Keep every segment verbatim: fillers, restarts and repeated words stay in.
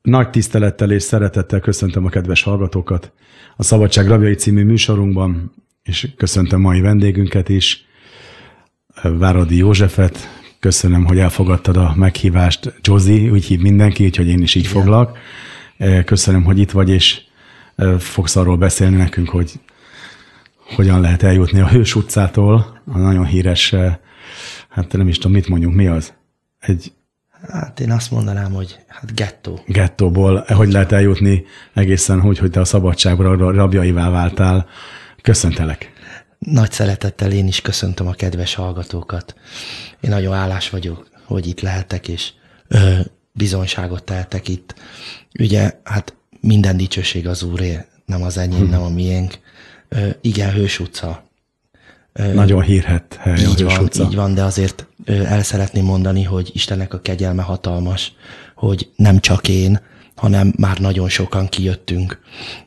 Nagy tisztelettel és szeretettel köszöntöm a kedves hallgatókat a Szabadság rabjai című műsorunkban, és köszöntöm mai vendégünket is, Váradi Józsefet. Köszönöm, hogy elfogadtad a meghívást. Jozi, úgy hív mindenki, úgyhogy én is így Igen. foglak. Köszönöm, hogy itt vagy, és fogsz arról beszélni nekünk, hogy hogyan lehet eljutni a Hős utcától, a nagyon híres, hát nem is tudom, mit mondjunk, mi az? Egy Hát én azt mondanám, hogy hát gettó. Gettóból, hogy lehet eljutni egészen úgy, hogy te a szabadság rabjaivá váltál. Köszöntelek. Nagy szeretettel én is köszöntöm a kedves hallgatókat. Én nagyon hálás vagyok, hogy itt lehetek, és ö, bizonyságot tehetek itt. Ugye, hát minden dicsőség az Úré, nem az enyém, hm. nem a miénk. Ö, igen, Hős utca. Ö, nagyon hírhett hely így a Hős van, utca. Így van, de azért ö, el szeretném mondani, hogy Istennek a kegyelme hatalmas, hogy nem csak én, hanem már nagyon sokan kijöttünk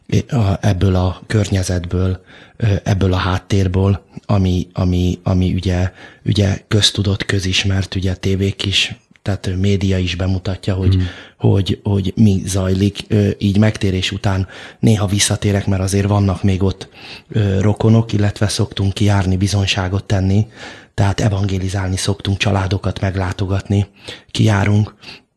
ebből a környezetből, ebből a háttérből, ami, ami, ami ugye, ugye köztudott, közismert, ugye tévék is, tehát média is bemutatja, hogy, mm. hogy, hogy mi zajlik. Így megtérés után néha visszatérek, mert azért vannak még ott rokonok, illetve szoktunk kijárni, bizonyságot tenni, tehát evangélizálni szoktunk, családokat meglátogatni, kijárunk,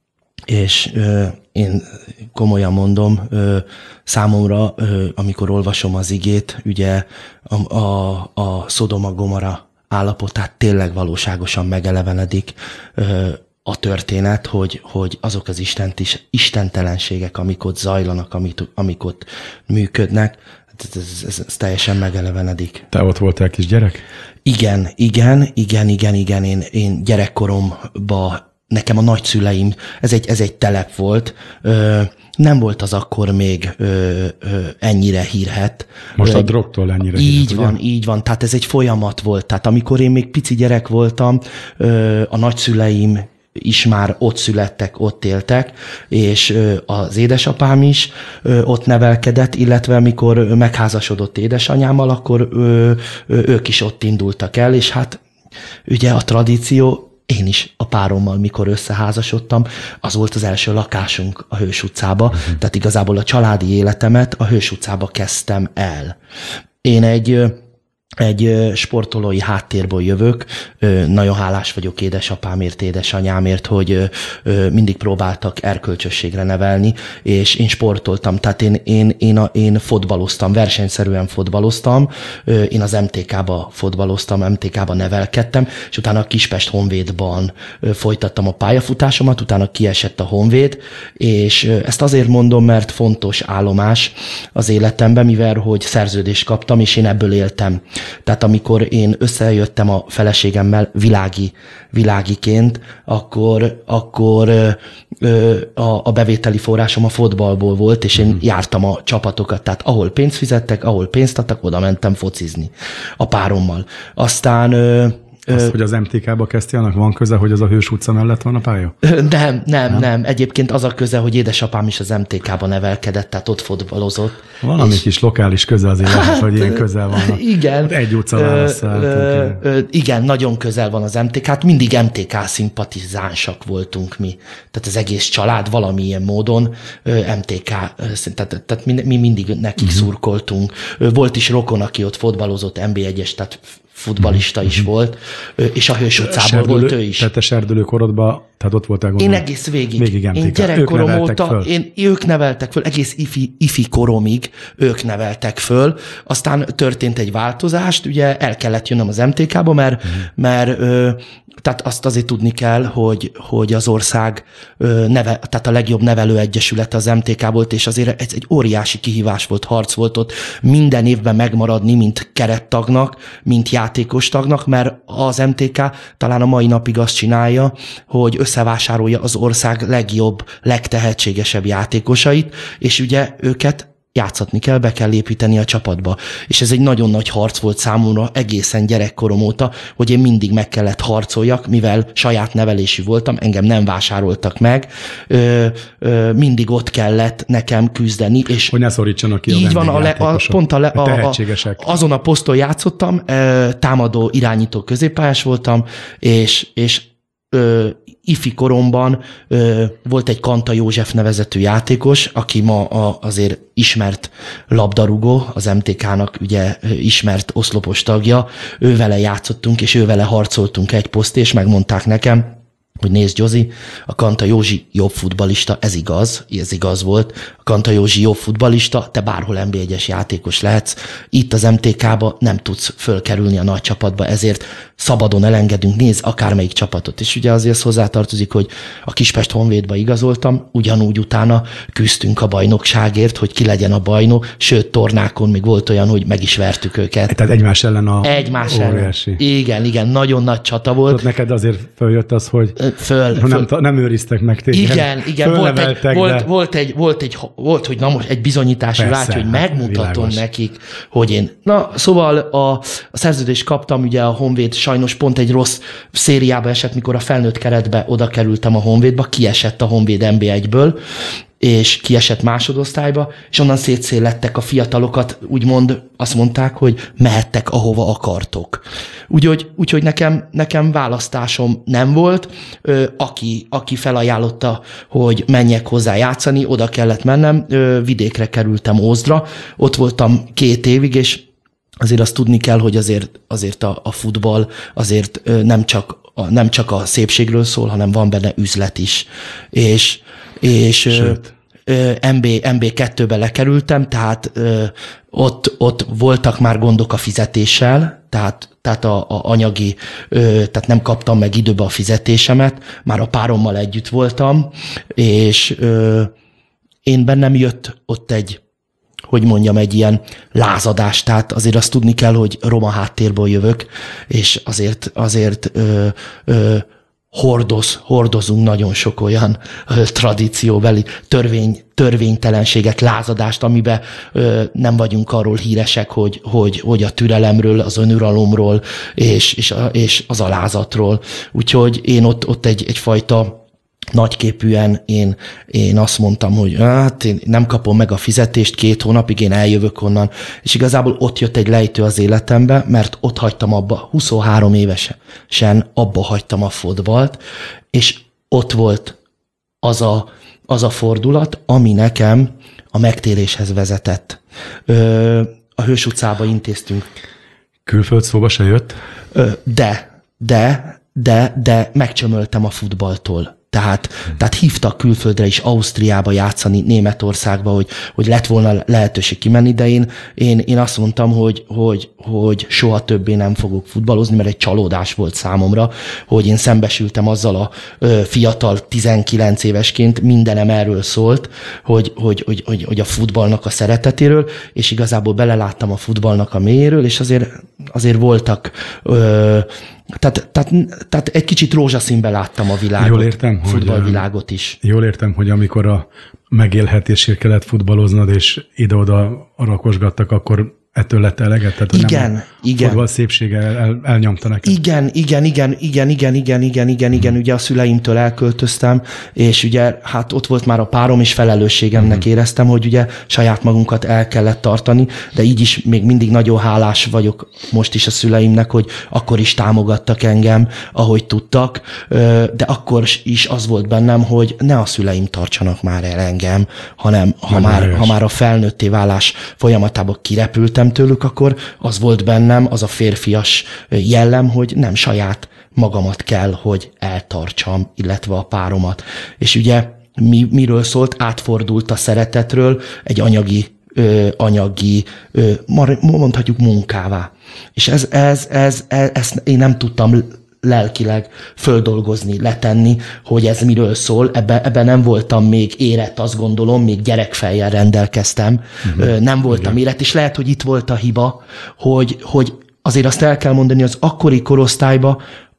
és ö, én komolyan mondom, ö, számomra, ö, amikor olvasom az igét, ugye a, a, a Szodoma Gomora állapotát tényleg valóságosan megelevenedik ö, a történet, hogy, hogy azok az istent is, istentelenségek, amik ott zajlanak, amik, amik ott működnek, ez, ez, ez, ez teljesen megelevenedik. Te ott voltál kisgyerek? Igen, igen, igen, igen, igen, én, én gyerekkoromban nekem a nagyszüleim, ez egy, ez egy telep volt, ö, nem volt az akkor még ö, ö, ennyire hírhedt. Most a drogtól ennyire Így hírhedt, van, ugye? így van, tehát ez egy folyamat volt. Tehát amikor én még pici gyerek voltam, ö, a nagyszüleim is már ott születtek, ott éltek, és ö, az édesapám is ö, ott nevelkedett, illetve amikor megházasodott édesanyámmal, akkor ö, ö, ők is ott indultak el, és hát ugye a tradíció, én is a párommal, mikor összeházasodtam, az volt az első lakásunk a Hős utcába, uh-huh. tehát igazából a családi életemet a Hős utcába kezdtem el. Én egy, egy sportolói háttérből jövök, nagyon hálás vagyok édesapámért, édesanyámért, hogy mindig próbáltak erkölcsösségre nevelni, és én sportoltam, tehát én, én, én, a, én fotbaloztam, versenyszerűen fotbaloztam, én az em té ká-ba fotbaloztam, em té ká-ba nevelkedtem, és utána a Kispest Honvédban folytattam a pályafutásomat, utána kiesett a Honvéd, és ezt azért mondom, mert fontos állomás az életemben, mivel hogy szerződést kaptam, és én ebből éltem. Tehát amikor én összejöttem a feleségemmel világi, világiként, akkor, akkor ö, a, a bevételi forrásom a fotballból volt, és én mm. jártam a csapatokat. Tehát ahol pénzt fizettek, ahol pénzt adtak, oda mentem focizni a párommal. Aztán... Ö, Azt, hogy az em té ká-ba kezdtél, annak van köze, hogy az a Hős utca mellett van a pálya? Nem, nem, nem, nem. Egyébként az a köze, hogy édesapám is az em té ká-ba nevelkedett, tehát ott fotbalozott. Valami és... kis lokális köze azért hát, lehet, hogy ilyen közel van. Igen. Ott egy utca válasszál. Igen, nagyon közel van az em té ká, hát mindig em té ká szimpatizánsak voltunk mi. Tehát az egész család valamilyen módon em té ká, tehát, tehát mi, mi mindig nekik uh-huh. szurkoltunk. Volt is rokon, aki ott fotbalozott, en bé egyes, tehát futballista is volt, és a Hős utcából Serdülő, volt ő is. Tehát te serdülő korodban, tehát ott voltál gondolom. Én egész végig. végig Én gyerekkorom óta, én, ők neveltek föl, egész ifi, ifi koromig ők neveltek föl. Aztán történt egy változást, ugye el kellett jönnöm az em té ká-ba, mert, uh-huh. mert ö, tehát azt azért tudni kell, hogy, hogy az ország ö, neve, tehát a legjobb nevelő egyesület az em té ká volt, és azért ez egy óriási kihívás volt, harc volt ott minden évben megmaradni, mint kerettagnak, mint játékos tagnak, mert az em té ká talán a mai napig azt csinálja, hogy összevásárolja az ország legjobb, legtehetségesebb játékosait, és ugye őket játszatni kell, be kell építeni a csapatba. És ez egy nagyon nagy harc volt számomra egészen gyerekkorom óta, hogy én mindig meg kellett harcoljak, mivel saját nevelésű voltam, engem nem vásároltak meg, ö, ö, mindig ott kellett nekem küzdeni. És hogy ne szorítsanak ki a így van, a le, a, pont a, le, a, a, azon a poszton játszottam, ö, támadó irányító középpályás voltam, és, és ö, ifi koromban ö, volt egy Kanta József nevezetű játékos, aki ma a, azért ismert labdarúgó, az em té ká-nak ugye ismert oszlopos tagja. Ővele játszottunk, és ővele harcoltunk egy poszt, és megmondták nekem, hogy nézd, Gyozi, a Kanta Józsi jobb futballista, ez igaz, ez igaz volt, a Kanta Józsi jobb futballista, te bárhol en bé egyes játékos lehetsz, itt az em té ká-ba nem tudsz fölkerülni a nagy csapatba, ezért szabadon elengedünk, nézd akármelyik csapatot. És ugye azért hozzátartozik, hogy a Kispest Honvédba igazoltam, ugyanúgy utána küzdtünk a bajnokságért, hogy ki legyen a bajnok, sőt, tornákon még volt olyan, hogy meg is vertük őket. Tehát egymás ellen a Egymás óriási. ellen. Igen, igen, nagyon nagy csata volt. Tudod, neked azért följött az, hogy Föl, föl. Nem, nem őriztek meg téged. Igen, igen, volt egy, de... volt, volt, egy, volt, egy, volt, hogy na most egy bizonyítási Persze, vágy, hogy megmutatom világos. nekik, hogy én... Na, szóval a, a szerződést kaptam, ugye a Honvéd sajnos pont egy rossz szériába esett, mikor a felnőtt keretbe oda kerültem a Honvédba, kiesett a Honvéd en bé egyből, és kiesett másodosztályba, és onnan szétszélettek a fiatalokat, úgymond azt mondták, hogy mehettek, ahova akartok. Úgyhogy, úgyhogy nekem, nekem választásom nem volt. Ö, aki, aki felajánlotta, hogy menjek hozzá játszani, oda kellett mennem, ö, vidékre kerültem Ózdra, ott voltam két évig, és azért azt tudni kell, hogy azért, azért a, a futball azért ö, nem csak, a, nem csak a szépségről szól, hanem van benne üzlet is. És és Sőt. em bé, em bé kettőbe lekerültem, tehát ö, ott, ott voltak már gondok a fizetéssel, tehát, tehát a, a anyagi, ö, tehát nem kaptam meg időbe a fizetésemet, már a párommal együtt voltam, és ö, én bennem jött ott egy, hogy mondjam, egy ilyen lázadás, tehát azért azt tudni kell, hogy roma háttérből jövök, és azért, azért ö, ö, Hordoz, hordozunk nagyon sok olyan ö, tradícióbeli törvény, törvénytelenséget, lázadást, amiben ö, nem vagyunk arról híresek, hogy, hogy, hogy a türelemről, az önuralomról és, és, a, és az alázatról. Úgyhogy én ott, ott egy, egyfajta nagyképűen én, én azt mondtam, hogy hát én nem kapom meg a fizetést, két hónapig én eljövök onnan, és igazából ott jött egy lejtő az életembe, mert ott hagytam abba, huszonhárom évesen abba hagytam a fotbalt, és ott volt az a, az a fordulat, ami nekem a megtéréshez vezetett. Ö, a Hős utcába intéztünk. Külföld szóba se jött? Ö, de, de, de, de megcsömöltem a futballtól. Tehát, tehát hívtak külföldre is, Ausztriába játszani, Németországba, hogy, hogy lett volna lehetőség kimenni, de én, én, én azt mondtam, hogy, hogy, hogy soha többé nem fogok futballozni, mert egy csalódás volt számomra, hogy én szembesültem azzal a ö, fiatal tizenkilenc évesként, mindenem erről szólt, hogy, hogy, hogy, hogy, hogy a futballnak a szeretetéről, és igazából beleláttam a futballnak a mélyéről, és azért, azért voltak... Ö, Tehát, tehát, tehát egy kicsit rózsaszínben láttam a világot. Jól értem, futballvilágot is. Jól értem, hogy amikor a megélhetésért kellett futballoznod, és ide-oda rakosgattak, akkor ettől lett eleget? Tehát igen, nem igen. Futball szépsége el, elnyomta neked? Igen, igen, igen, igen, igen, igen, igen, igen, igen, ugye a szüleimtől elköltöztem, és ugye hát ott volt már a párom, és felelősségemnek éreztem, hogy ugye saját magunkat el kellett tartani, de így is még mindig nagyon hálás vagyok most is a szüleimnek, hogy akkor is támogattak engem, ahogy tudtak, de akkor is az volt bennem, hogy ne a szüleim tartsanak már el engem, hanem ha már, ha már a felnőtté válás folyamatában kirepültem tőlük, akkor az volt bennem, az a férfias jellem, hogy nem saját magamat kell, hogy eltartsam, illetve a páromat. És ugye mi, miről szólt? Átfordult a szeretetről egy anyagi, ö, anyagi ö, mondhatjuk munkává. És ez, ez, ez, ez, ezt én nem tudtam lelkileg földolgozni, letenni, hogy ez miről szól. Ebben ebbe nem voltam még érett, azt gondolom, még gyerekfejjel rendelkeztem. Uh-huh. Nem voltam érett, és lehet, hogy itt volt a hiba, hogy, hogy azért azt el kell mondani, az akkori korosztályban,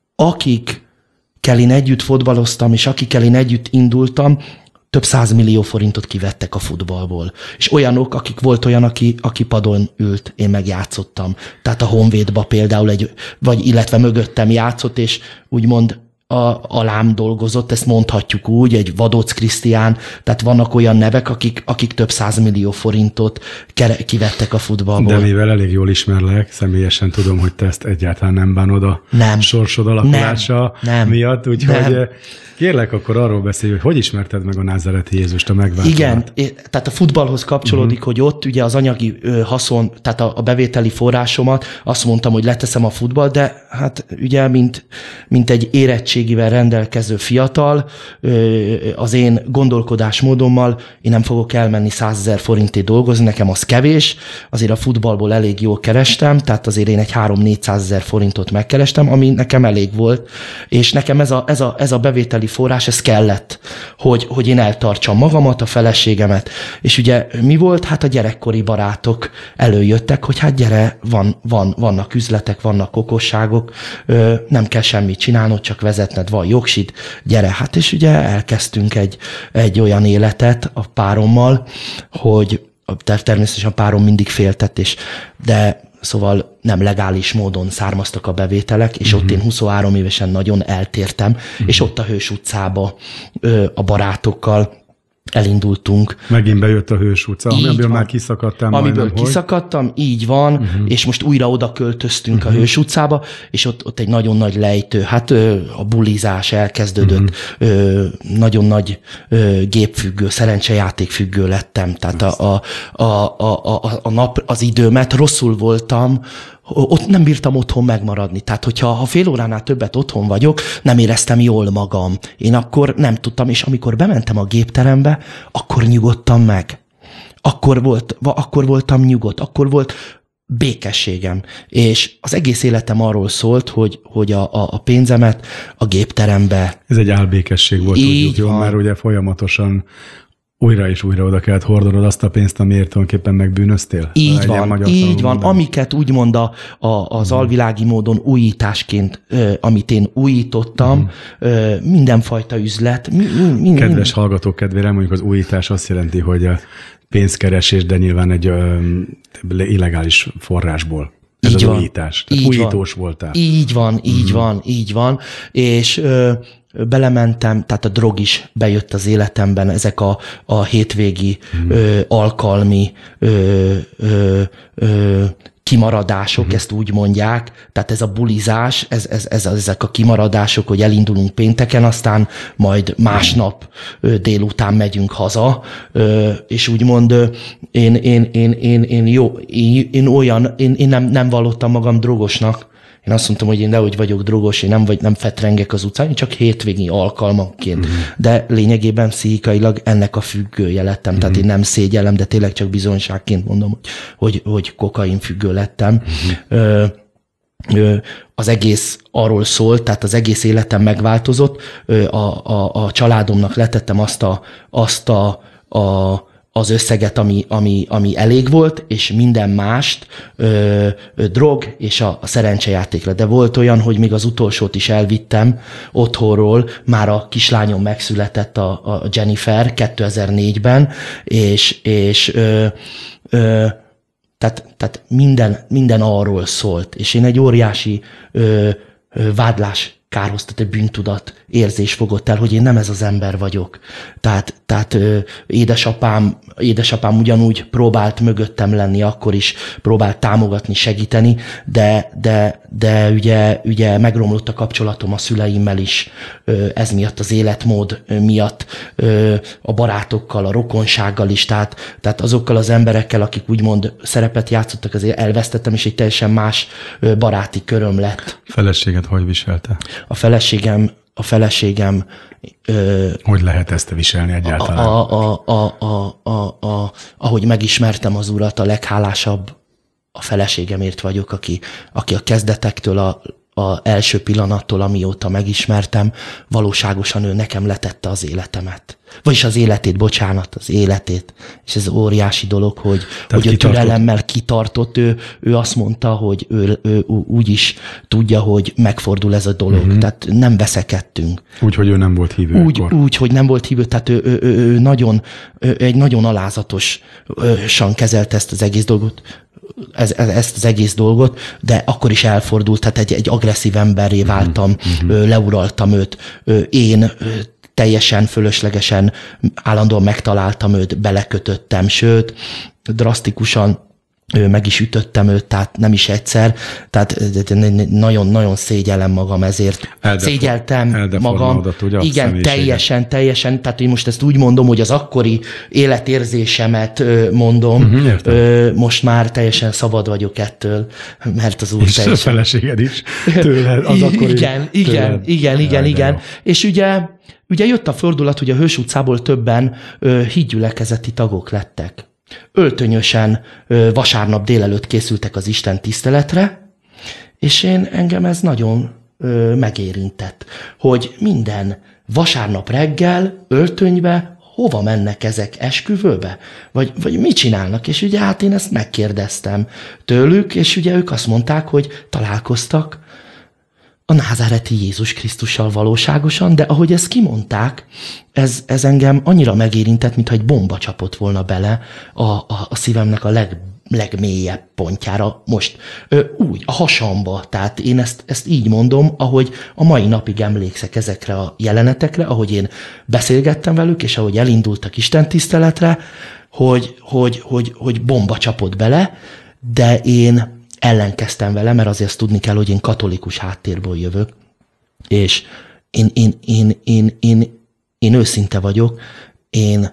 akikkel én együtt fotbaloztam, és akikkel én együtt indultam, több százmillió forintot kivettek a futballból. És olyanok, akik volt olyan, aki, aki padon ült, én meg játszottam. Tehát a Honvédba például egy, vagy illetve mögöttem játszott, és úgymond a, alám dolgozott, ezt mondhatjuk úgy, egy Vadóc Krisztián, tehát vannak olyan nevek, akik, akik több százmillió forintot kere, kivettek a futballból. De mivel elég jól ismerlek, személyesen tudom, hogy te ezt egyáltalán nem bánod a nem. sorsod alakulása nem. Nem. miatt, úgyhogy nem. kérlek, akkor arról beszélj, hogy hogy ismerted meg a názáreti Jézust, a megváltót. Igen, tehát a futballhoz kapcsolódik, uh-huh. hogy ott ugye az anyagi haszon, tehát a, a bevételi forrásomat, azt mondtam, hogy leteszem a futball, de hát ugye, mint, mint egy érettségivel rendelkező fiatal, az én gondolkodásmódommal én nem fogok elmenni százezer forintért dolgozni, nekem az kevés, azért a futballból elég jól kerestem, tehát azért én egy három-négyszázezer forintot megkerestem, ami nekem elég volt, és nekem ez a, ez a, ez a bevételi forrás, ez kellett, hogy, hogy én eltartsam magamat, a feleségemet. És ugye mi volt? Hát a gyerekkori barátok előjöttek, hogy hát gyere, van, van, vannak üzletek, vannak okosságok, nem kell semmit csinálnod, csak vezetned, van jogsid, gyere. Hát és ugye elkezdtünk egy, egy olyan életet a párommal, hogy természetesen a párom mindig féltett, és de szóval nem legális módon származtak a bevételek, és uh-huh. ott én huszonhárom évesen nagyon eltértem, uh-huh. és ott a Hős utcába ö, a barátokkal elindultunk. Megint bejött a Hős utca, így amiből van. Már kiszakadtál Amiből majdnem, kiszakadtam, hogy? Így van, uh-huh. és most újra oda költöztünk uh-huh. a Hős utcába, és ott, ott egy nagyon nagy lejtő, hát ö, a bulizás elkezdődött, uh-huh. ö, nagyon nagy ö, gépfüggő, szerencsejátékfüggő lettem, tehát a, a, a, a, a, a nap, az időmet rosszul voltam, ott nem bírtam otthon megmaradni. Tehát, hogyha ha fél óránál többet otthon vagyok, nem éreztem jól magam. Én akkor nem tudtam, és amikor bementem a gépterembe, akkor nyugodtam meg. Akkor, volt, akkor voltam nyugodt, akkor volt békességem. És az egész életem arról szólt, hogy, hogy a, a, a pénzemet a gépterembe... Ez egy álbékesség volt, tudjuk, jó? Már ugye folyamatosan újra és újra oda kellett hordanod azt a pénzt, amiért tulajdonképpen megbűnöztél? Így van, így van. Amiket úgymond a, a, az mm. alvilági módon újításként, ö, amit én újítottam, mm. ö, mindenfajta üzlet. Mi, mi, mi, Kedves mi. hallgatók kedvére, mondjuk az újítás azt jelenti, hogy a pénzkeresés, de nyilván egy ö, illegális forrásból. Ez így az van, újítás. Tehát így újítós van, voltál. Így van, így mm. van, így van. És... Ö, belementem, tehát a drog is bejött az életemben, ezek a, a hétvégi hmm. ö, alkalmi ö, ö, ö, kimaradások, hmm. ezt úgy mondják, tehát ez a bulizás, ez, ez, ez, ezek a kimaradások, hogy elindulunk pénteken, aztán majd másnap ö, délután megyünk haza, ö, és úgymond ö, én, én, én, én, én, jó, én, én olyan, én, én nem, nem vallottam magam drogosnak. Én azt mondtam, hogy én nehogy vagyok drogos, én nem, vagy, nem fetrengek az utcán, csak hétvégi alkalmanként. Uh-huh. De lényegében pszichikailag ennek a függője lettem. Uh-huh. Tehát én nem szégyellem, de tényleg csak bizonyságként mondom, hogy, hogy, hogy kokain függő lettem. Uh-huh. Ö, ö, az egész arról szólt, tehát az egész életem megváltozott. Ö, a, a, a családomnak letettem azt a, azt a, a az összeget, ami, ami, ami elég volt, és minden mást ö, ö, drog és a, a szerencsejátékra. De volt olyan, hogy még az utolsót is elvittem otthonról, már a kislányom megszületett, a, a Jennifer kétezer-négyben, és, és ö, ö, tehát, tehát minden, minden arról szólt. És én egy óriási ö, ö, vádlás kárhoztató bűntudat érzés fogott el, hogy én nem ez az ember vagyok. Tehát, tehát ö, édesapám, édesapám ugyanúgy próbált mögöttem lenni, akkor is próbált támogatni, segíteni, de, de, de ugye, ugye megromlott a kapcsolatom a szüleimmel is, ö, ez miatt, az életmód miatt, ö, a barátokkal, a rokonsággal is, tehát, tehát azokkal az emberekkel, akik úgymond szerepet játszottak, azért elvesztettem, és egy teljesen más ö, baráti köröm lett. Feleséget hogy viselte? A feleségem, a feleségem... Ö, hogy lehet ezt viselni egyáltalán? A, a, a, a, a, a, ahogy megismertem az urat, a leghálásabb a feleségemért vagyok, aki, aki a kezdetektől, a, a első pillanattól, amióta megismertem, valóságosan ő nekem letette az életemet. Vagyis az életét, bocsánat, az életét. És ez óriási dolog, hogy, hogy a türelemmel kitartott. Ő, ő azt mondta, hogy ő, ő úgy is tudja, hogy megfordul ez a dolog. Uh-huh. Tehát nem veszekedtünk. Úgy, hogy ő nem volt hívő. Úgy, úgy hogy nem volt hívő. Tehát ő, ő, ő, ő nagyon, ő, egy nagyon alázatosan kezelte ezt az egész dolgot. Ez, ez, ezt az egész dolgot, de akkor is elfordult, tehát egy, egy agresszív emberré váltam, uh-huh. leuraltam őt, én teljesen fölöslegesen állandóan megtaláltam őt, belekötöttem, sőt, drasztikusan meg is ütöttem őt, tehát nem is egyszer, tehát nagyon-nagyon szégyellem magam ezért. Eldefo- Szégyeltem magam. Ugye, igen, teljesen, teljesen, tehát én most ezt úgy mondom, hogy az akkori életérzésemet mondom, uh-huh, most már teljesen szabad vagyok ettől, mert az Úr és teljesen... És a feleséged is tőled, az akkori... Igen, igen, tőled. igen, igen, igen. És ugye, ugye jött a fordulat, hogy a Hős utcából többen hídgyülekezeti tagok lettek. Öltönyösen vasárnap délelőtt készültek az Isten tiszteletre, és én engem ez nagyon ö, megérintett, hogy minden vasárnap reggel öltönybe hova mennek ezek, esküvőbe? Vagy, vagy mit csinálnak? És ugye hát én ezt megkérdeztem tőlük, és ugye ők azt mondták, hogy találkoztak a názáreti Jézus Krisztussal valóságosan, de ahogy ezt kimondták, ez, ez engem annyira megérintett, mintha egy bomba csapott volna bele a, a, a szívemnek a leg, legmélyebb pontjára, most ö, úgy, a hasamba. Tehát én ezt, ezt így mondom, ahogy a mai napig emlékszek ezekre a jelenetekre, ahogy én beszélgettem velük, és ahogy elindultak istentiszteletre, hogy, hogy, hogy, hogy bomba csapott bele, de én ellenkeztem vele, mert azért tudni kell, hogy én katolikus háttérből jövök, és én, én, én, én, én, én őszinte vagyok, én,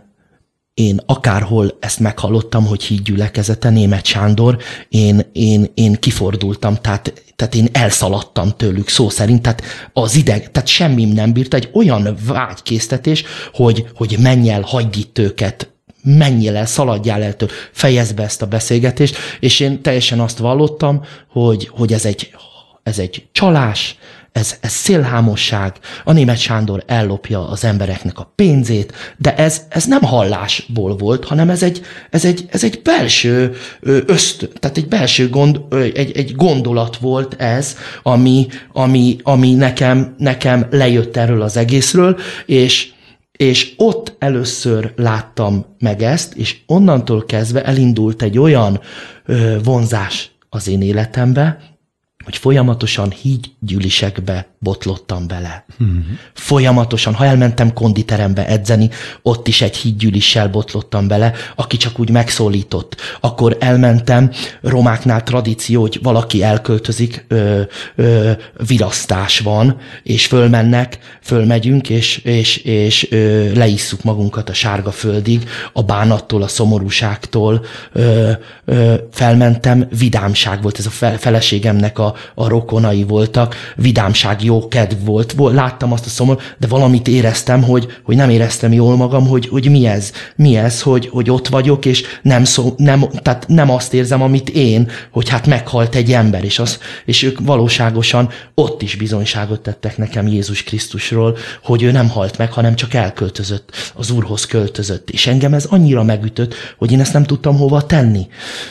én akárhol ezt meghallottam, hogy hídgyülekezete, Németh Sándor, én, én, én kifordultam, tehát, tehát én elszaladtam tőlük szó szerint, tehát az ideg, tehát semmim nem bírt, egy olyan vágykésztetés, hogy, hogy menj el, hagyd itt őket, menjél el, szaladjál el tőle, fejezd be ezt a beszélgetést, és én teljesen azt vallottam, hogy, hogy ez, egy, ez egy csalás, ez, ez szélhámosság, a Németh Sándor ellopja az embereknek a pénzét, de ez, ez nem hallásból volt, hanem ez egy, ez egy, ez egy belső ösztön, tehát egy belső gond, egy, egy gondolat volt ez, ami, ami, ami nekem, nekem lejött erről az egészről, és És ott először láttam meg ezt, és onnantól kezdve elindult egy olyan ö, vonzás az én életembe, hogy folyamatosan hídgyűlisekbe botlottam bele. Mm-hmm. Folyamatosan, ha elmentem konditerembe edzeni, ott is egy hídgyűlissel botlottam bele, aki csak úgy megszólított. Akkor elmentem, romáknál tradíció, hogy valaki elköltözik, ö, ö, virasztás van, és fölmennek, fölmegyünk, és, és, és ö, leisszuk magunkat a sárga földig, a bánattól, a szomorúságtól. Ö, ö, felmentem, vidámság volt, ez a feleségemnek a, a rokonai voltak, vidámság, jó kedv volt, láttam azt a szomor, de valamit éreztem, hogy, hogy nem éreztem jól magam, hogy, hogy mi ez, mi ez, hogy, hogy ott vagyok, és nem, szó, nem, tehát nem azt érzem, amit én, hogy hát meghalt egy ember, és, az, és ők valóságosan ott is bizonyságot tettek nekem Jézus Krisztusról, hogy ő nem halt meg, hanem csak elköltözött, az Úrhoz költözött, és engem ez annyira megütött, hogy én ezt nem tudtam hova tenni.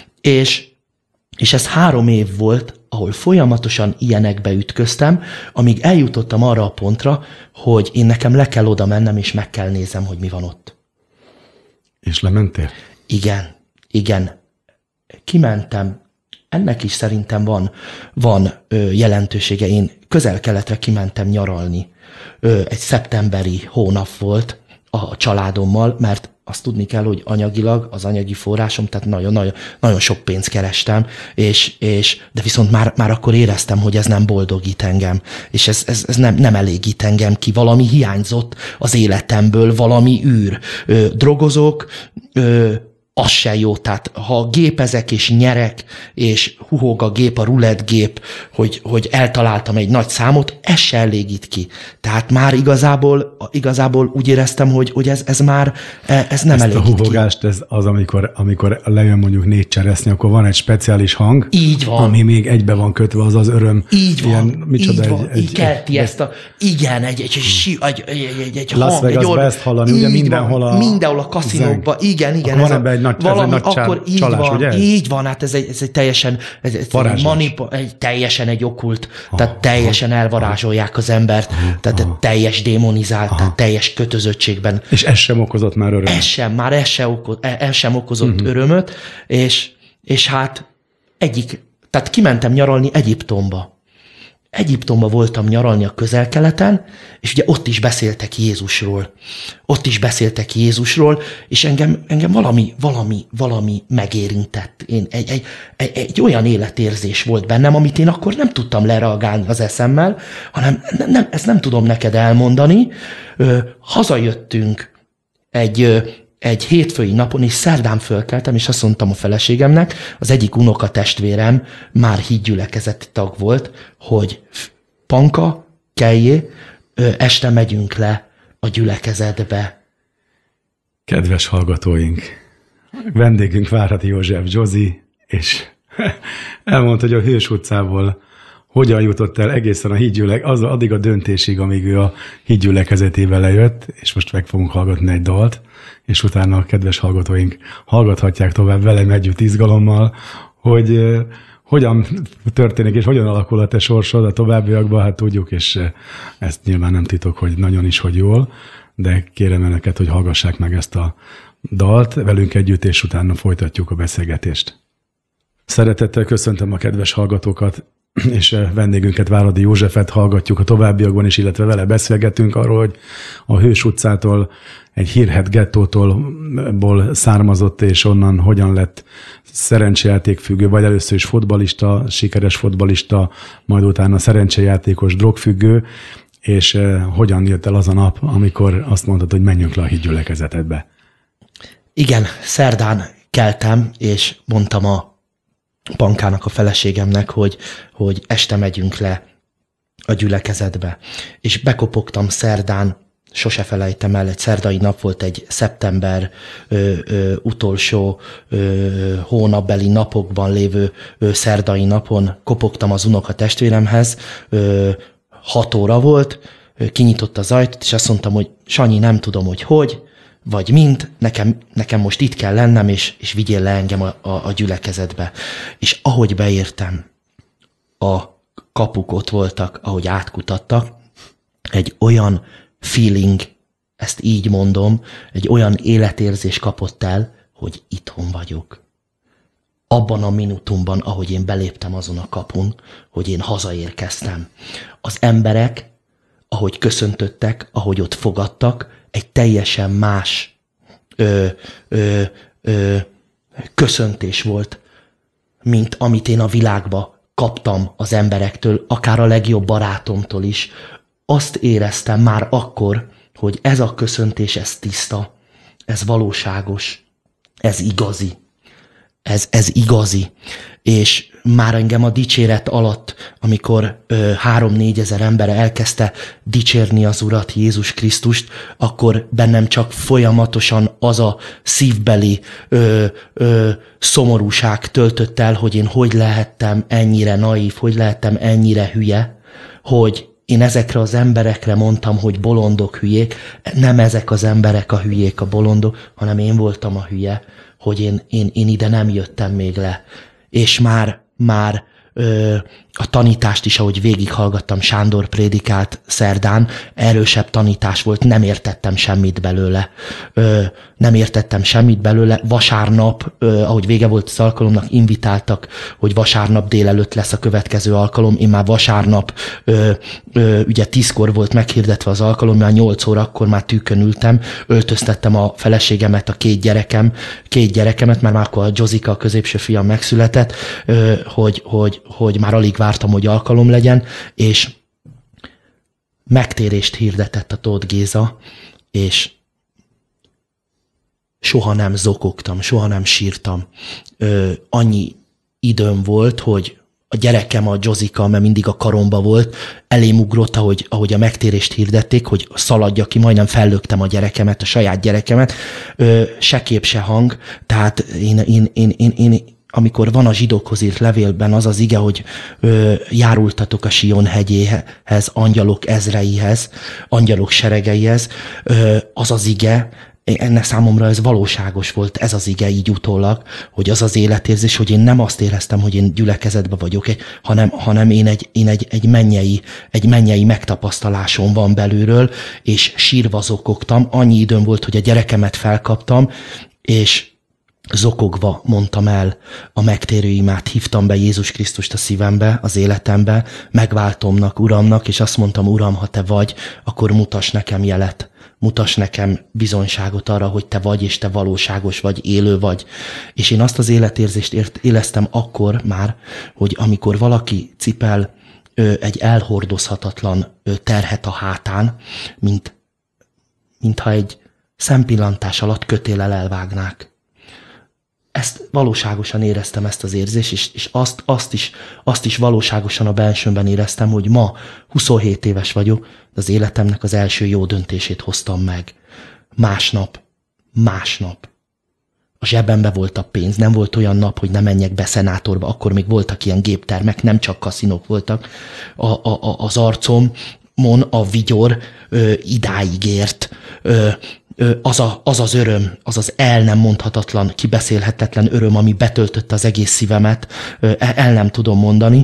És És ez három év volt, ahol folyamatosan ilyenekbe ütköztem, amíg eljutottam arra a pontra, hogy én nekem le kell oda mennem, és meg kell nézem, hogy mi van ott. És lementél? Igen, igen. Kimentem. Ennek is szerintem van, van ö, jelentősége. Én Közel-Keletre kimentem nyaralni. Ö, egy szeptemberi hónap volt a családommal, mert azt tudni kell, hogy anyagilag, az anyagi forrásom, tehát nagyon, nagyon, nagyon sok pénzt kerestem, és, és, de viszont már, már akkor éreztem, hogy ez nem boldogít engem, és ez, ez, ez nem, nem elégít engem ki, valami hiányzott az életemből, valami űr. Ö, drogozok, ö, az se jó, tehát ha gépezek és nyerek, és huhog a gép, a rulett gép, hogy, hogy eltaláltam egy nagy számot, ez se elégít ki. Tehát már igazából, igazából úgy éreztem, hogy, hogy ez, ez már ez nem Ezt elégít ki. Ezt a huhogást, ez az, amikor, amikor lejön mondjuk négy cseresznye, akkor van egy speciális hang, így van, ami még egybe van kötve, az az öröm. Így van, ilyen, micsoda, így van, egy, így kelti ezt a, igen, egy, egy, egy, egy, egy, egy Las hang. Vegasban ezt hallani, ugye mindenhol a... Mindenhol a kaszinókban, igen, igen. Van ebben egy nagy, valami, egy nagy akkor így csalás, van, ugye? így van, hát ez egy, ez egy teljesen, ez egy manipa, egy teljesen egy okkult, aha, tehát teljesen aha, elvarázsolják az embert, aha, tehát aha, teljes démonizált, aha, tehát teljes kötözöttségben. És ez sem okozott már örömöt. Ez sem, már ez sem, okoz, ez sem okozott uh-huh. örömöt, és, és hát egyik, tehát kimentem nyaralni Egyiptomba, Egyiptomban voltam nyaralni a Közel-Keleten, és ugye ott is beszéltek Jézusról. Ott is beszéltek Jézusról, és engem, engem valami, valami, valami megérintett. Én egy, egy, egy, egy olyan életérzés volt bennem, amit én akkor nem tudtam lereagálni az eszemmel, hanem nem, ezt nem tudom neked elmondani. Hazajöttünk egy... egy hétfői napon, és szerdán fölkeltem, és azt mondtam a feleségemnek, az egyik unokatestvérem már hídgyülekezeti tag volt, hogy Panka, Keljé, este megyünk le a gyülekezetbe. Kedves hallgatóink, vendégünk Váradi József Zsozi, és elmondta, hogy a Hős utcából hogyan jutott el egészen a hídgyülek, az addig a döntésig, amíg ő a hídgyülekezetébe lejött, és most meg fogunk hallgatni egy dalt, és utána a kedves hallgatóink hallgathatják tovább velem együtt izgalommal, hogy uh, hogyan történik, és hogyan alakul a te sorsod a továbbiakban, hát tudjuk, és uh, ezt nyilván nem titok, hogy nagyon is, hogy jól, de kérem önöket, hogy hallgassák meg ezt a dalt velünk együtt, és utána folytatjuk a beszélgetést. Szeretettel köszöntöm a kedves hallgatókat, és vendégünket, Váradi Józsefet hallgatjuk a továbbiakban is, illetve vele beszélgetünk arról, hogy a Hős utcától, egy hírhedt gettótól származott, és onnan hogyan lett szerencsejátékfüggő, vagy először is fotbalista, sikeres fotbalista, majd utána szerencsejátékos, drogfüggő, és hogyan jött el az a nap, amikor azt mondtad, hogy menjünk le a hídgyülekezetedbe. Igen, szerdán keltem, és mondtam a Pankának, a feleségemnek, hogy, hogy este megyünk le a gyülekezetbe. És bekopogtam szerdán, sose felejtem el, egy szerdai nap volt, egy szeptember ö, ö, utolsó ö, hónapbeli napokban lévő ö, szerdai napon kopogtam az unoka testvéremhez, ö, hat óra volt, ö, kinyitott az ajtót, és azt mondtam, hogy Sanyi, nem tudom, hogy hogy, vagy mint, nekem, nekem most itt kell lennem, és, és vigyél le engem a, a, a gyülekezetbe. És ahogy beértem, a kapuk ott voltak, ahogy átkutattak, egy olyan feeling, ezt így mondom, egy olyan életérzés kapott el, hogy itthon vagyok. Abban a minutumban, ahogy én beléptem azon a kapun, hogy én hazaérkeztem. Az emberek, ahogy köszöntöttek, ahogy ott fogadtak, egy teljesen más ö, ö, ö, köszöntés volt, mint amit én a világba kaptam az emberektől, akár a legjobb barátomtól is. Azt éreztem már akkor, hogy ez a köszöntés, ez tiszta, ez valóságos, ez igazi. Ez, ez igazi. És már engem a dicséret alatt, amikor ö, három-négy ezer ember elkezdte dicsérni az Urat, Jézus Krisztust, akkor bennem csak folyamatosan az a szívbeli ö, ö, szomorúság töltött el, hogy én hogy lehettem ennyire naív, hogy lehettem ennyire hülye, hogy én ezekre az emberekre mondtam, hogy bolondok, hülyék. Nem ezek az emberek a hülyék, a bolondok, hanem én voltam a hülye, hogy én, én, én ide nem jöttem még le. És már, már ö, a tanítást is, ahogy végighallgattam, Sándor prédikált szerdán, erősebb tanítás volt, nem értettem semmit belőle. Ö, nem értettem semmit belőle. Vasárnap, ö, ahogy vége volt az alkalomnak, invitáltak, hogy vasárnap délelőtt lesz a következő alkalom. Én már vasárnap, ö, ö, ugye tízkor volt meghirdetve az alkalom, már nyolc órakor már tűkön ültem, öltöztettem a feleségemet, a két gyerekem, két gyerekemet, mert már akkor a Josika, a középső fiam megszületett, ö, hogy, hogy, hogy már alig vártam, hogy alkalom legyen, és megtérést hirdetett a Tóth Géza, és soha nem zokogtam, soha nem sírtam. Ö, annyi időm volt, hogy a gyerekem, a Josika, mert mindig a karomba volt, elém ugrott, ahogy, ahogy a megtérést hirdették, hogy szaladja ki, majdnem fellöktem a gyerekemet, a saját gyerekemet, ö, se kép, se hang, tehát én, én, én, én, én amikor van a zsidókhoz írt levélben az az ige, hogy ö, járultatok a Sion hegyéhez, angyalok ezreihez, angyalok seregeihez, ö, az az ige, ennek számomra ez valóságos volt, ez az ige így utólag, hogy az az életérzés, hogy én nem azt éreztem, hogy én gyülekezetben vagyok, hanem, hanem én, egy, én egy, egy, mennyei, egy mennyei megtapasztalásom van belülről, és sírva zokogtam, annyi időm volt, hogy a gyerekemet felkaptam, és zokogva mondtam el a megtérő imát, hívtam be Jézus Krisztust a szívembe, az életembe, megváltomnak, Uramnak, és azt mondtam, Uram, ha te vagy, akkor mutass nekem jelet, mutass nekem bizonyságot arra, hogy te vagy, és te valóságos vagy, élő vagy. És én azt az életérzést ért, éleztem akkor már, hogy amikor valaki cipel ö, egy elhordozhatatlan ö, terhet a hátán, mint, mintha egy szempillantás alatt kötéllel elvágnák. Ezt valóságosan éreztem, ezt az érzést, és, és azt, azt, is, azt is valóságosan a bensőmben éreztem, hogy ma huszonhét éves vagyok, de az életemnek az első jó döntését hoztam meg. Másnap, másnap. A zsebembe volt a pénz, nem volt olyan nap, hogy ne menjek be szenátorba, akkor még voltak ilyen géptermek, nem csak kaszinók voltak. A, a, a, az arcomon a vigyor ö, idáig ért, ö, Az, a, az az öröm, az az el nem mondhatatlan, kibeszélhetetlen öröm, ami betöltötte az egész szívemet, el nem tudom mondani.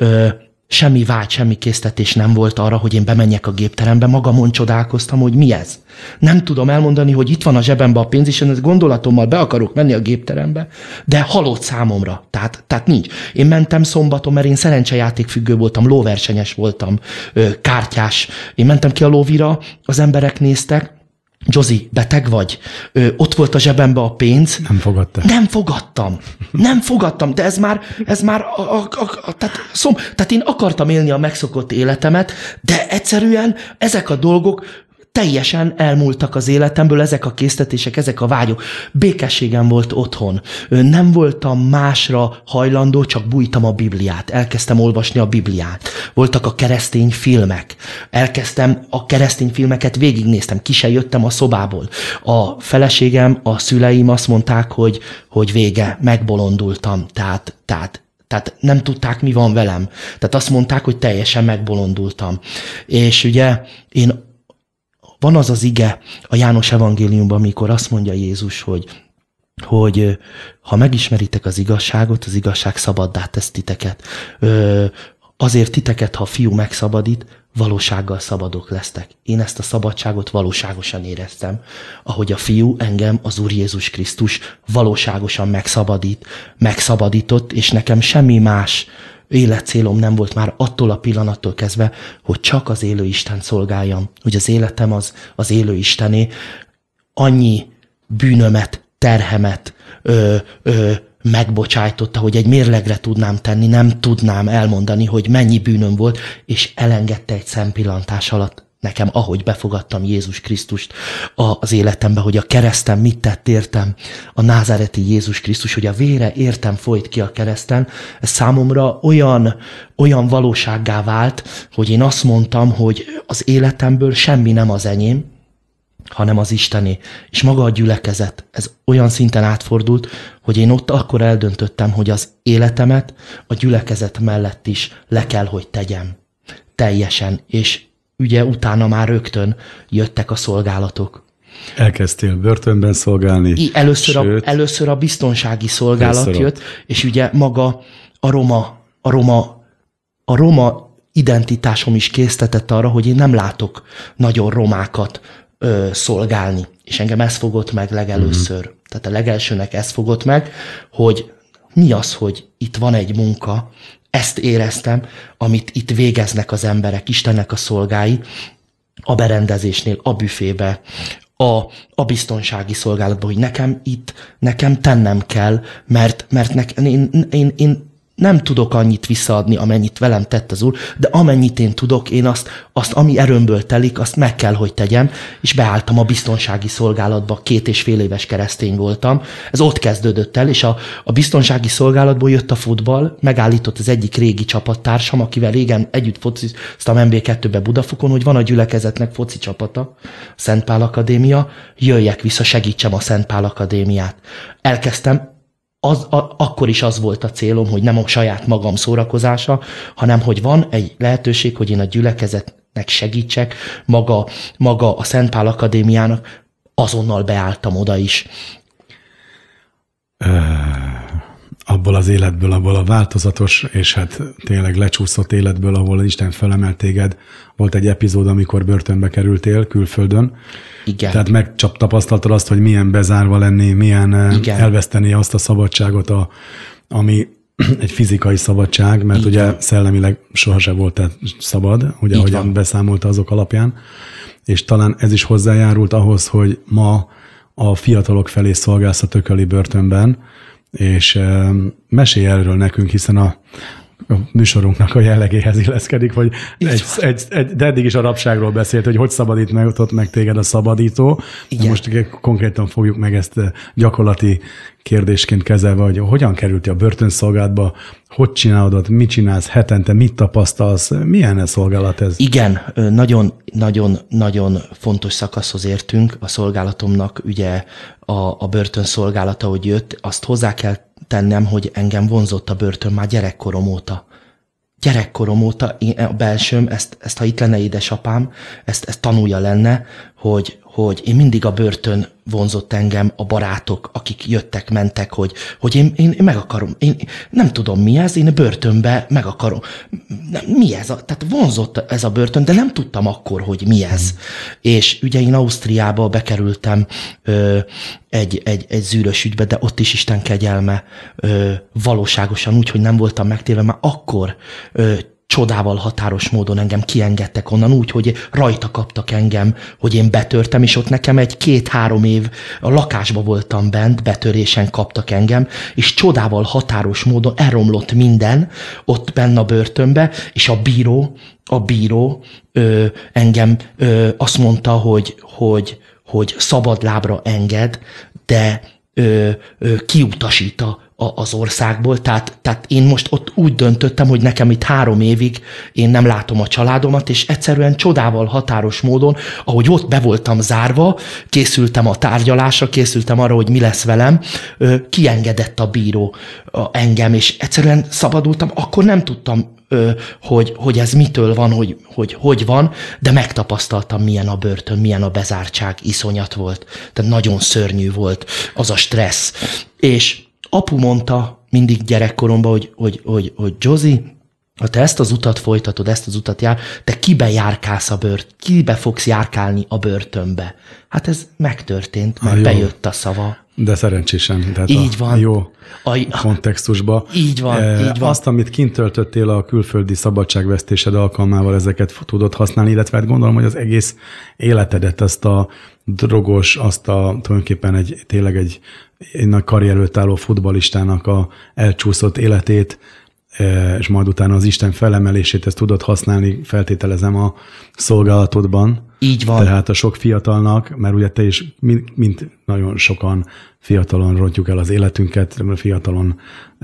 Semmi vágy, semmi késztetés nem volt arra, hogy én bemenjek a gépterembe, magamon csodálkoztam, hogy mi ez. Nem tudom elmondani, hogy itt van a zsebembe a pénz, és én gondolatommal be akarok menni a gépterembe, de halott számomra, tehát, tehát nincs. Én mentem szombaton, mert én szerencsejátékfüggő voltam, lóversenyes voltam, kártyás. Én mentem ki a lóvira, az emberek néztek, Josi, beteg vagy? Ö, ott volt a zsebembe a pénz. Nem fogadtál. Nem fogadtam. Nem fogadtam, de ez már, ez már a, a, a, a, tehát, szom, tehát én akartam élni a megszokott életemet, de egyszerűen ezek a dolgok teljesen elmúltak az életemből, ezek a késztetések, ezek a vágyok. Békességem volt otthon. Nem voltam másra hajlandó, csak bújtam a Bibliát. Elkezdtem olvasni a Bibliát. Voltak a keresztény filmek. Elkezdtem a keresztény filmeket, végignéztem, ki se jöttem a szobából. A feleségem, a szüleim azt mondták, hogy, hogy vége, megbolondultam. Tehát, tehát Tehát nem tudták, mi van velem. Tehát azt mondták, hogy teljesen megbolondultam. És ugye én van az az ige a János evangéliumban, amikor azt mondja Jézus, hogy, hogy ha megismeritek az igazságot, az igazság szabaddá tesz titeket. Azért titeket, ha a fiú megszabadít, valósággal szabadok lesztek. Én ezt a szabadságot valóságosan éreztem, ahogy a fiú engem, az Úr Jézus Krisztus valóságosan megszabadít, megszabadított, és nekem semmi más életcélom nem volt már attól a pillanattól kezdve, hogy csak az élő Istent szolgáljam, hogy az életem az, az élő Istené. Annyi bűnömet, terhemet ö, ö, megbocsájtotta, hogy egy mérlegre tudnám tenni, nem tudnám elmondani, hogy mennyi bűnöm volt, és elengedte egy szempillantás alatt nekem, ahogy befogadtam Jézus Krisztust az életembe, hogy a kereszten mit tett értem, a názáreti Jézus Krisztus, hogy a vére értem folyt ki a kereszten, ez számomra olyan, olyan valósággá vált, hogy én azt mondtam, hogy az életemből semmi nem az enyém, hanem az Istené. És maga a gyülekezet, ez olyan szinten átfordult, hogy én ott akkor eldöntöttem, hogy az életemet a gyülekezet mellett is le kell, hogy tegyem. Teljesen. És ugye utána már rögtön jöttek a szolgálatok. Elkezdtél börtönben szolgálni. Először, sőt, a, először a biztonsági szolgálat jött, és ugye maga a roma, a roma, a roma identitásom is késztetett arra, hogy én nem látok nagyon romákat ö, szolgálni. És engem ez fogott meg legelőször. Uh-huh. Tehát a legelsőnek ez fogott meg, hogy mi az, hogy itt van egy munka, ezt éreztem, amit itt végeznek az emberek, Istennek a szolgái, a berendezésnél, a büfébe, a, a biztonsági szolgálatban, hogy nekem itt, nekem tennem kell, mert, mert nekem, én, én, én nem tudok annyit visszaadni, amennyit velem tett az Úr, de amennyit én tudok, én azt, azt, ami erőmből telik, azt meg kell, hogy tegyem, és beálltam a biztonsági szolgálatba, két és fél éves keresztény voltam. Ez ott kezdődött el, és a, a biztonsági szolgálatból jött a futball, megállított az egyik régi csapattársam, akivel régen együtt fociztam em bé kettőbe Budafokon, hogy van a gyülekezetnek foci csapata, a Szent Pál Akadémia, jöjjek vissza, segítsem a Szent Pál Akadémiát. Elkezdtem. Az, a, akkor is az volt a célom, hogy nem a saját magam szórakozása, hanem hogy van egy lehetőség, hogy én a gyülekezetnek segítsek, maga, maga a Szent Pál Akadémiának, azonnal beálltam oda is. A abból az életből, abból a változatos, és hát tényleg lecsúszott életből, ahol Isten felemelt téged. Volt egy epizód, amikor börtönbe kerültél külföldön. Igen. Tehát megcsap tapasztaltad azt, hogy milyen bezárva lenni, milyen Igen. elveszteni azt a szabadságot, a, ami egy fizikai szabadság, mert Így ugye van. Szellemileg sohasem volt szabad, ugye, Így ahogyan van. Beszámolta azok alapján, és talán ez is hozzájárult ahhoz, hogy ma a fiatalok felé szolgálsz a Tököli börtönben, és e, mesélj erről nekünk, hiszen a, a műsorunknak a jellegéhez illeszkedik, hogy egy, egy, egy, de eddig is a rabságról beszélt, hogy hogy szabadít meg, ott meg téged a szabadító. De most konkrétan fogjuk meg ezt gyakorlati kérdésként kezelve, hogy hogyan kerültél a börtönszolgálatba, hogy csinálod, mit csinálsz hetente, mit tapasztalsz, milyen ez szolgálat ez? Igen, nagyon, nagyon, nagyon fontos szakaszhoz értünk a szolgálatomnak, ugye a, a börtönszolgálata, hogy jött, azt hozzá kell tennem, hogy engem vonzott a börtön már gyerekkorom óta. Gyerekkorom óta én, a belsőm, ezt, ezt ha itt lenne édesapám, ezt, ezt tanulja lenne, hogy, hogy én mindig a börtön vonzott engem, a barátok, akik jöttek, mentek, hogy, hogy én, én meg akarom, én nem tudom mi ez, én a börtönbe meg akarom. Mi ez? A, tehát vonzott ez a börtön, de nem tudtam akkor, hogy mi ez. Mm. És ugye én Ausztriába bekerültem ö, egy, egy, egy zűrös ügybe, de ott is Isten kegyelme ö, valóságosan úgy, hogy nem voltam megtérve, már akkor ö, csodával határos módon engem kiengedtek onnan úgy, hogy rajta kaptak engem, hogy én betörtem, és ott nekem egy két-három év a lakásba voltam bent, betörésen kaptak engem, és csodával határos módon elromlott minden ott benne a börtönbe, és a bíró, a bíró ö, engem ö, azt mondta, hogy, hogy, hogy szabad lábra enged, de ö, ö, kiutasít a az országból, tehát, tehát én most ott úgy döntöttem, hogy nekem itt három évig én nem látom a családomat, és egyszerűen csodával határos módon, ahogy ott be voltam zárva, készültem a tárgyalásra, készültem arra, hogy mi lesz velem, kiengedett a bíró engem, és egyszerűen szabadultam, akkor nem tudtam, hogy, hogy ez mitől van, hogy, hogy hogy van, de megtapasztaltam, milyen a börtön, milyen a bezártság, iszonyat volt, tehát nagyon szörnyű volt az a stressz, és apu mondta mindig gyerekkoromban, hogy, hogy, hogy, hogy Josi, ha te ezt az utat folytatod, ezt az utat jár, te kibe járkálsz a bört, kibe fogsz járkálni a börtönbe. Hát ez megtörtént, mert bejött a szava. De szerencsésen, tehát így a van. jó a, kontextusba. Így van, e, így van. Azt, amit kint töltöttél a külföldi szabadságvesztésed alkalmával, ezeket tudod használni, illetve hát gondolom, hogy az egész életedet, azt a drogos, azt a tulajdonképpen egy, tényleg egy, egy nagy karrier előtt álló futballistának a elcsúszott életét, és majd utána az Isten felemelését, ezt tudod használni, feltételezem a szolgálatodban. Így van. Tehát a sok fiatalnak, mert ugye te is, mint, mint nagyon sokan fiatalon rontjuk el az életünket, fiatalon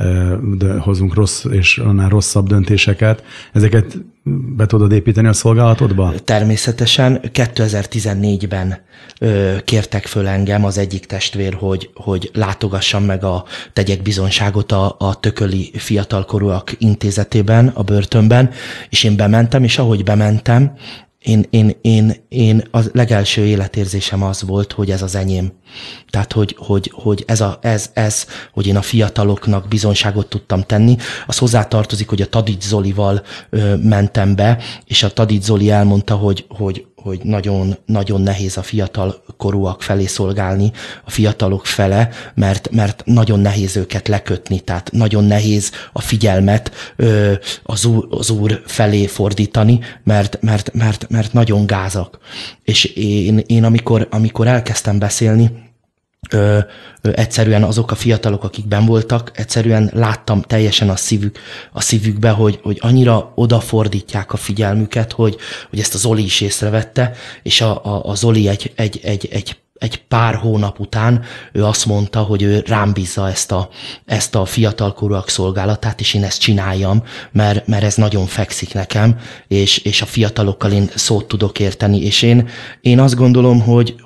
de hozunk rossz és annál rosszabb döntéseket. Ezeket be tudod építeni a szolgálatodba? Természetesen. kétezer-tizennégyben kértek föl engem az egyik testvér, hogy, hogy látogassam meg a tegyek bizonságot a, a Tököli Fiatalkorúak Intézetében, a börtönben, és én bementem, és ahogy bementem, Én, én, én, én a legelső életérzésem az volt, hogy ez az enyém. Tehát, hogy, hogy, hogy ez, a, ez, ez, hogy én a fiataloknak bizonságot tudtam tenni, az hozzátartozik, hogy a Tadics Zolival ö, mentem be, és a Tadics Zoli elmondta, hogy, hogy, hogy nagyon, nagyon nehéz a fiatal korúak felé szolgálni, a fiatalok fele, mert, mert nagyon nehéz őket lekötni, tehát nagyon nehéz a figyelmet ö, az, úr, az úr felé fordítani, mert, mert, mert, mert nagyon gázak. És én, én amikor, amikor elkezdtem beszélni, Ö, ö, egyszerűen azok a fiatalok, akik benn voltak, egyszerűen láttam teljesen a szívük, a szívükbe, hogy, hogy annyira odafordítják a figyelmüket, hogy, hogy ezt a Zoli is észrevette, és a, a, a Zoli egy, egy, egy, egy egy pár hónap után ő azt mondta, hogy ő rám bízza ezt a, ezt a fiatalkorúak szolgálatát, és én ezt csináljam, mert, mert ez nagyon fekszik nekem, és, és a fiatalokkal én szót tudok érteni, és én, én azt gondolom, hogy,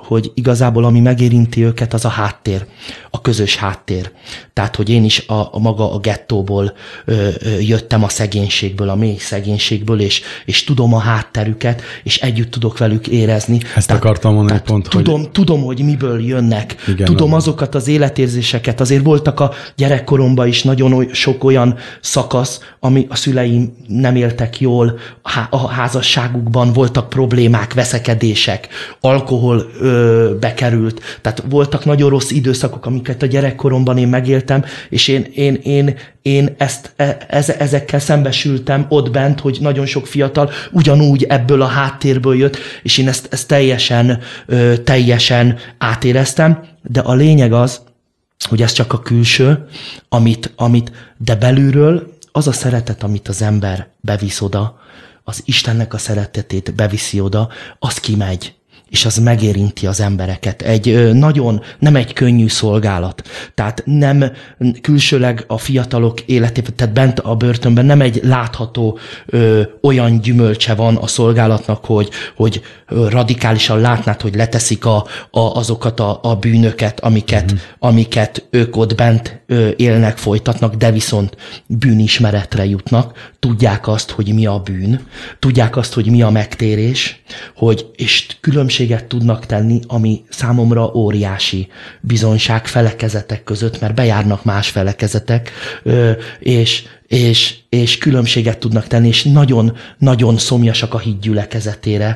hogy igazából ami megérinti őket, az a háttér, a közös háttér. Tehát, hogy én is a, a maga a gettóból ö, ö, jöttem, a szegénységből, a mély szegénységből, és, és tudom a hátterüket, és együtt tudok velük érezni. Ezt tehát, akartam mondani pont, tudom, hogy... Tudom, hogy miből jönnek. Igen, tudom nem. azokat az életérzéseket. Azért voltak a gyerekkoromban is nagyon oly, sok olyan szakasz, ami a szüleim nem éltek jól, a házasságukban voltak problémák, veszekedések, alkohol ö, bekerült. Tehát voltak nagyon rossz időszakok, amiket a gyerekkoromban én megéltem, és én, én, én, én ezt, ez, ezekkel szembesültem ott bent, hogy nagyon sok fiatal ugyanúgy ebből a háttérből jött, és én ezt, ezt teljesen, ö, teljesen átéreztem, de a lényeg az, hogy ez csak a külső, amit, amit, de belülről az a szeretet, amit az ember bevisz oda, az Istennek a szeretetét beviszi oda, az kimegy, és az megérinti az embereket. Egy nagyon, nem egy könnyű szolgálat. Tehát nem külsőleg a fiatalok életében, tehát bent a börtönben nem egy látható ö, olyan gyümölcse van a szolgálatnak, hogy, hogy radikálisan látnád, hogy leteszik a, a, azokat a, a bűnöket, amiket, mm. amiket ők ott bent ö, élnek, folytatnak, de viszont bűnismeretre jutnak, tudják azt, hogy mi a bűn, tudják azt, hogy mi a megtérés, hogy, és különbség tudnak tenni, ami számomra óriási bizonyság felekezetek között, mert bejárnak más felekezetek, és, és, és különbséget tudnak tenni, és nagyon-nagyon szomjasak a hit gyülekezetére.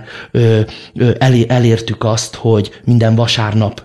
Elértük azt, hogy minden vasárnap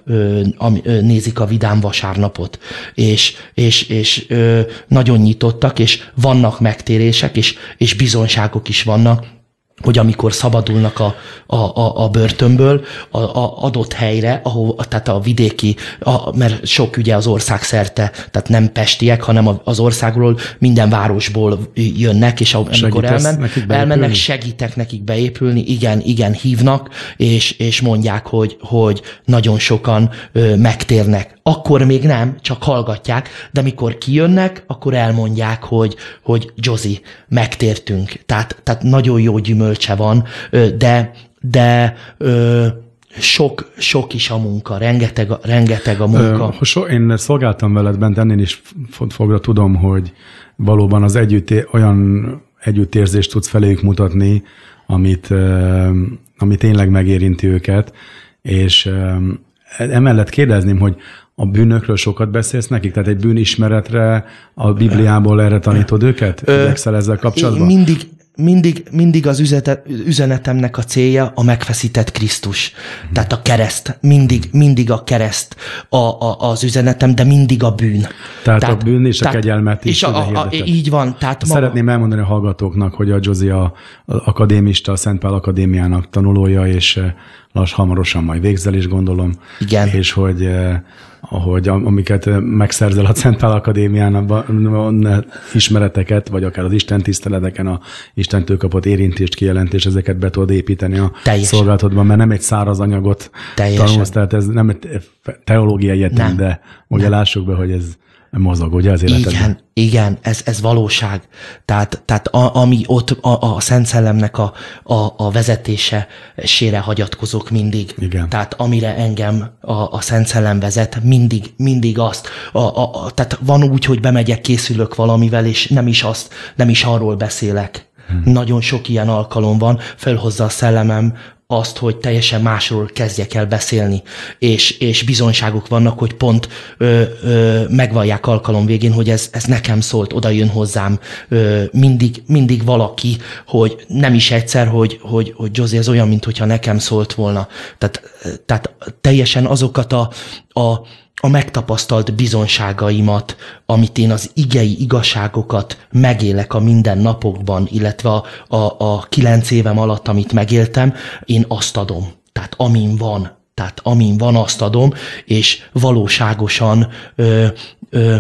nézik a Vidám vasárnapot, és, és, és nagyon nyitottak, és vannak megtérések, és, és bizonyságok is vannak, hogy amikor szabadulnak a, a, a, a börtönből, a, a adott helyre, ahol, tehát a vidéki, a, mert sok ugye az ország szerte, tehát nem pestiek, hanem az országról, minden városból jönnek, és amikor elmen, elmennek, segítek nekik beépülni, igen, igen, hívnak, és, és mondják, hogy, hogy nagyon sokan ö, megtérnek. Akkor még nem, csak hallgatják, de mikor kijönnek, akkor elmondják, hogy, hogy Josi, megtértünk. Tehát, tehát nagyon jó gyümölcse van, de, de ö, sok, sok is a munka, rengeteg, rengeteg a munka. Ö, so, én szolgáltam veled bent, ennél is fogra tudom, hogy valóban az együtt, olyan együttérzést tudsz feléjük mutatni, amit, ami tényleg megérinti őket, és emellett kérdezném, hogy a bűnökről sokat beszélsz nekik? Tehát egy bűnismeretre a Bibliából erre tanítod őket? Igyekszel ezzel kapcsolatban? Mindig, mindig, mindig az üzete, üzenetemnek a célja a megfeszített Krisztus. Hmm. Tehát a kereszt. Mindig, mindig a kereszt a, a, az üzenetem, de mindig a bűn. Tehát, tehát a bűn és tehát, a kegyelmet is. És a, a, a, így van. Tehát Szeretném maga... elmondani a hallgatóknak, hogy a Josi a, a akadémista, a Szent Pál Akadémiának tanulója, és lass hamarosan majd végzel is, gondolom. Igen. És hogy ahogy amiket megszerzel a Szent Pál Akadémián, ismereteket, vagy akár az Isten tiszteleteken a Istentől kapott érintést, kijelentést, ezeket be tudod építeni a Teljesen. szolgálatodban, mert nem egy száraz anyagot Teljesen. tanulsz, tehát ez nem egy teológiai egyetem, de ugye lássuk be, hogy ez mozog, ugye az életedben. Igen, igen, ez, ez valóság. Tehát, tehát a, ami ott a, a Szent Szellemnek a, a, a vezetésére hagyatkozok mindig. Igen. Tehát amire engem a, a Szent Szellem vezet, mindig, mindig azt. A, a, a, tehát van úgy, hogy bemegyek, készülök valamivel, és nem is azt, nem is arról beszélek. Hmm. Nagyon sok ilyen alkalom van, felhozza a szellemem azt, hogy teljesen másról kezdjek el beszélni, és, és bizonyságok vannak, hogy pont ö, ö, megvallják alkalom végén, hogy ez, ez nekem szólt, oda jön hozzám ö, mindig, mindig valaki, hogy nem is egyszer, hogy, hogy, hogy Josi, ez olyan, mintha nekem szólt volna. Tehát, tehát teljesen azokat a, a a megtapasztalt bizonságaimat, amit én az igei igazságokat megélek a mindennapokban, illetve a, a, a kilenc évem alatt, amit megéltem, én azt adom. Tehát amin van, tehát amin van, azt adom, és valóságosan ö, ö,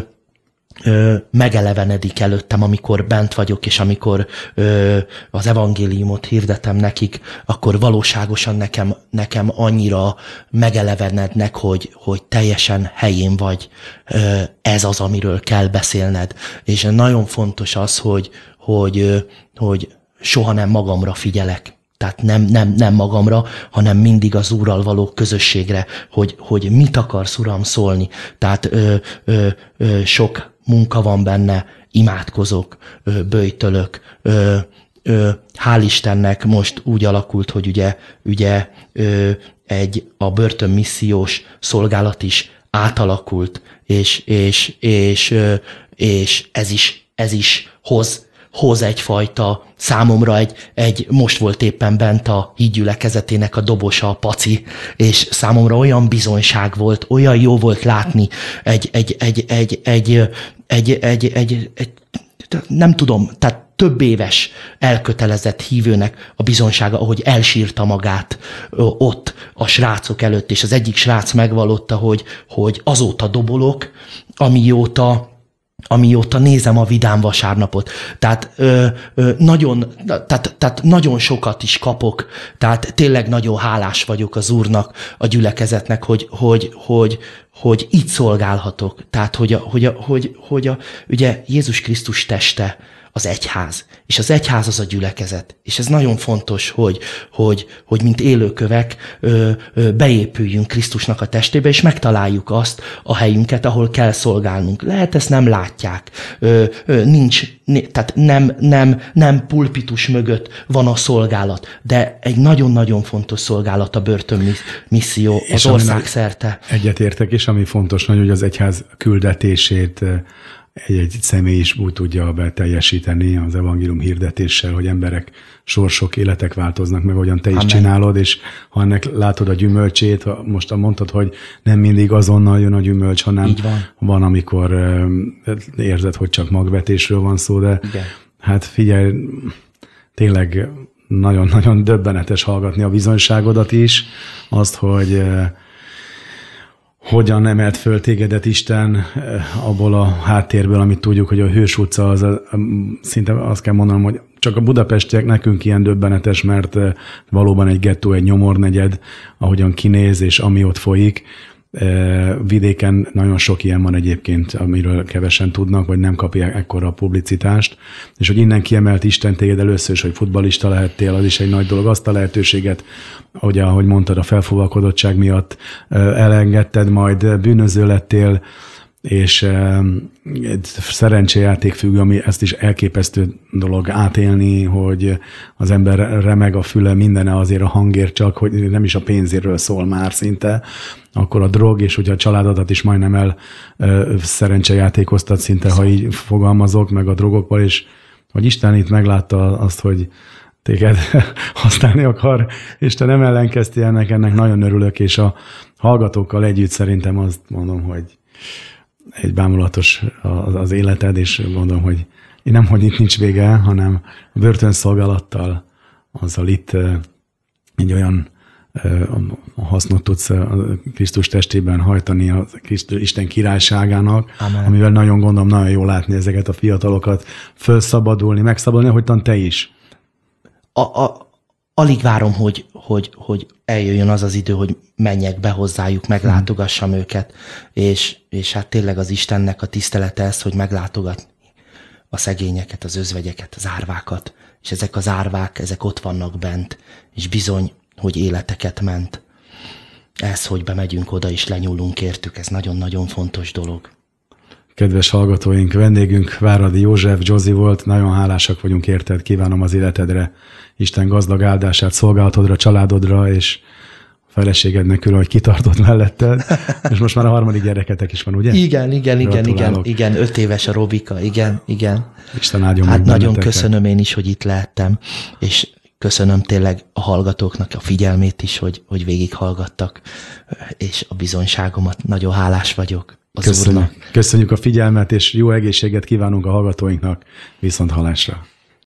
Ö, megelevenedik előttem, amikor bent vagyok, és amikor ö, az evangéliumot hirdetem nekik, akkor valóságosan nekem, nekem annyira megelevenednek, hogy, hogy teljesen helyén vagy, ö, ez az, amiről kell beszélned. És nagyon fontos az, hogy, hogy, ö, hogy soha nem magamra figyelek. Tehát nem, nem, nem magamra, hanem mindig az Úrral való közösségre, hogy, hogy mit akarsz, Uram, szólni. Tehát ö, ö, ö, sok munka van benne, imádkozok, ö, böjtölök, ö, ö, hál' Istennek most úgy alakult, hogy ugye, ugye ö, egy a börtönmissziós szolgálat is átalakult, és, és, és, ö, és ez is, ez is hoz hoz egyfajta, számomra egy, egy, most volt éppen bent a hídgyülekezetének a dobosa, a Paci, és számomra olyan bizonyság volt, olyan jó volt látni egy, egy, egy, egy, egy, egy, egy, egy, egy nem tudom, tehát több éves elkötelezett hívőnek a bizonysága, ahogy elsírta magát ott a srácok előtt, és az egyik srác megvallotta, hogy, hogy azóta dobolok, amióta amióta nézem a Vidám vasárnapot. Tehát, ö, ö, nagyon, tehát, tehát nagyon sokat is kapok, tehát tényleg nagyon hálás vagyok az Úrnak, a gyülekezetnek, hogy, hogy, hogy, hogy itt szolgálhatok. Tehát, hogy, a, hogy, a, hogy, hogy a, ugye Jézus Krisztus teste az egyház, és az egyház az a gyülekezet. És ez nagyon fontos, hogy, hogy, hogy mint élőkövek ö, ö, beépüljünk Krisztusnak a testébe, és megtaláljuk azt a helyünket, ahol kell szolgálnunk. Lehet, ezt nem látják. Ö, ö, nincs, tehát nem, nem, nem pulpitus mögött van a szolgálat, de egy nagyon-nagyon fontos szolgálat a börtönmisszió az ország szerte. Egyetértek, és ami fontos, hogy az egyház küldetését egy-egy személy is úgy tudja beteljesíteni az evangélium hirdetéssel, hogy emberek, sorsok, életek változnak meg, ahogyan te is Amen. Csinálod, és ha ennek látod a gyümölcsét, most mondtad, hogy nem mindig azonnal jön a gyümölcs, hanem van. van, amikor érzed, hogy csak magvetésről van szó, de Igen. hát figyelj, tényleg nagyon-nagyon döbbenetes hallgatni a bizonyságodat is, azt, hogy hogyan emelt föl tégedet Isten abból a háttérből, amit tudjuk, hogy a Hős utca, az a, szinte azt kell mondanom, hogy csak a budapestiek nekünk ilyen döbbenetes, mert valóban egy gettó, egy nyomornegyed, ahogyan kinéz, és ami ott folyik. Vidéken nagyon sok ilyen van egyébként, amiről kevesen tudnak, vagy nem kapják ekkora a publicitást, és hogy innen kiemelt Isten téged először is, hogy futballista lehettél, az is egy nagy dolog. Azt a lehetőséget, ugye, ahogy mondtad, a felfogalkodottság miatt elengedted, majd bűnöző lettél, és egy szerencséjáték függő, ami ezt is elképesztő dolog átélni, hogy az ember remeg a füle, mindene azért a hangért csak, hogy nem is a pénzéről szól már szinte, akkor a drog, és ugye a családodat is majdnem el szerencsejátékoztat szinte, ha így fogalmazok, meg a drogokkal, és hogy Isten itt meglátta azt, hogy téged használni akar, és te nem ellenkeztél ennek, ennek nagyon örülök, és a hallgatókkal együtt szerintem azt mondom, hogy egy bámulatos az életed, és gondolom, hogy én nem, hogy itt nincs vége, hanem a börtönszolgálattal, azzal itt egy olyan hasznot tudsz a Krisztus testében hajtani a Krisztus, Isten királyságának, Amen. Amivel nagyon gondolom, nagyon jó látni ezeket a fiatalokat, fölszabadulni, megszabadulni, ahogyan te is. A, a, alig várom, hogy, hogy, hogy eljöjjön az az idő, hogy menjek be hozzájuk, meglátogassam hmm. őket, és, és hát tényleg az Istennek a tisztelete ez, hogy meglátogatni a szegényeket, az özvegyeket, az árvákat, és ezek az árvák, ezek ott vannak bent, és bizony, hogy életeket ment. Ez, hogy bemegyünk oda, és lenyúlunk értük, ez nagyon-nagyon fontos dolog. Kedves hallgatóink, vendégünk Váradi József, Jozi volt, nagyon hálásak vagyunk érted, kívánom az életedre, Isten gazdag áldását, szolgálatodra, családodra, és a feleségednek külön, hogy kitartott melletted, és most már a harmadik gyereketek is van, ugye? Igen, igen, igen, igen, igen, öt éves a Robika, igen, igen. Isten áldjon hát meg nagyon benneteket. Köszönöm én is, hogy itt lehettem, és köszönöm tényleg a hallgatóknak a figyelmét is, hogy, hogy végighallgattak, és a bizonyságomat. Nagyon hálás vagyok az Köszönjük. Úrnak. Köszönjük a figyelmet, és jó egészséget kívánunk a hallgatóinknak. Viszont hallásra.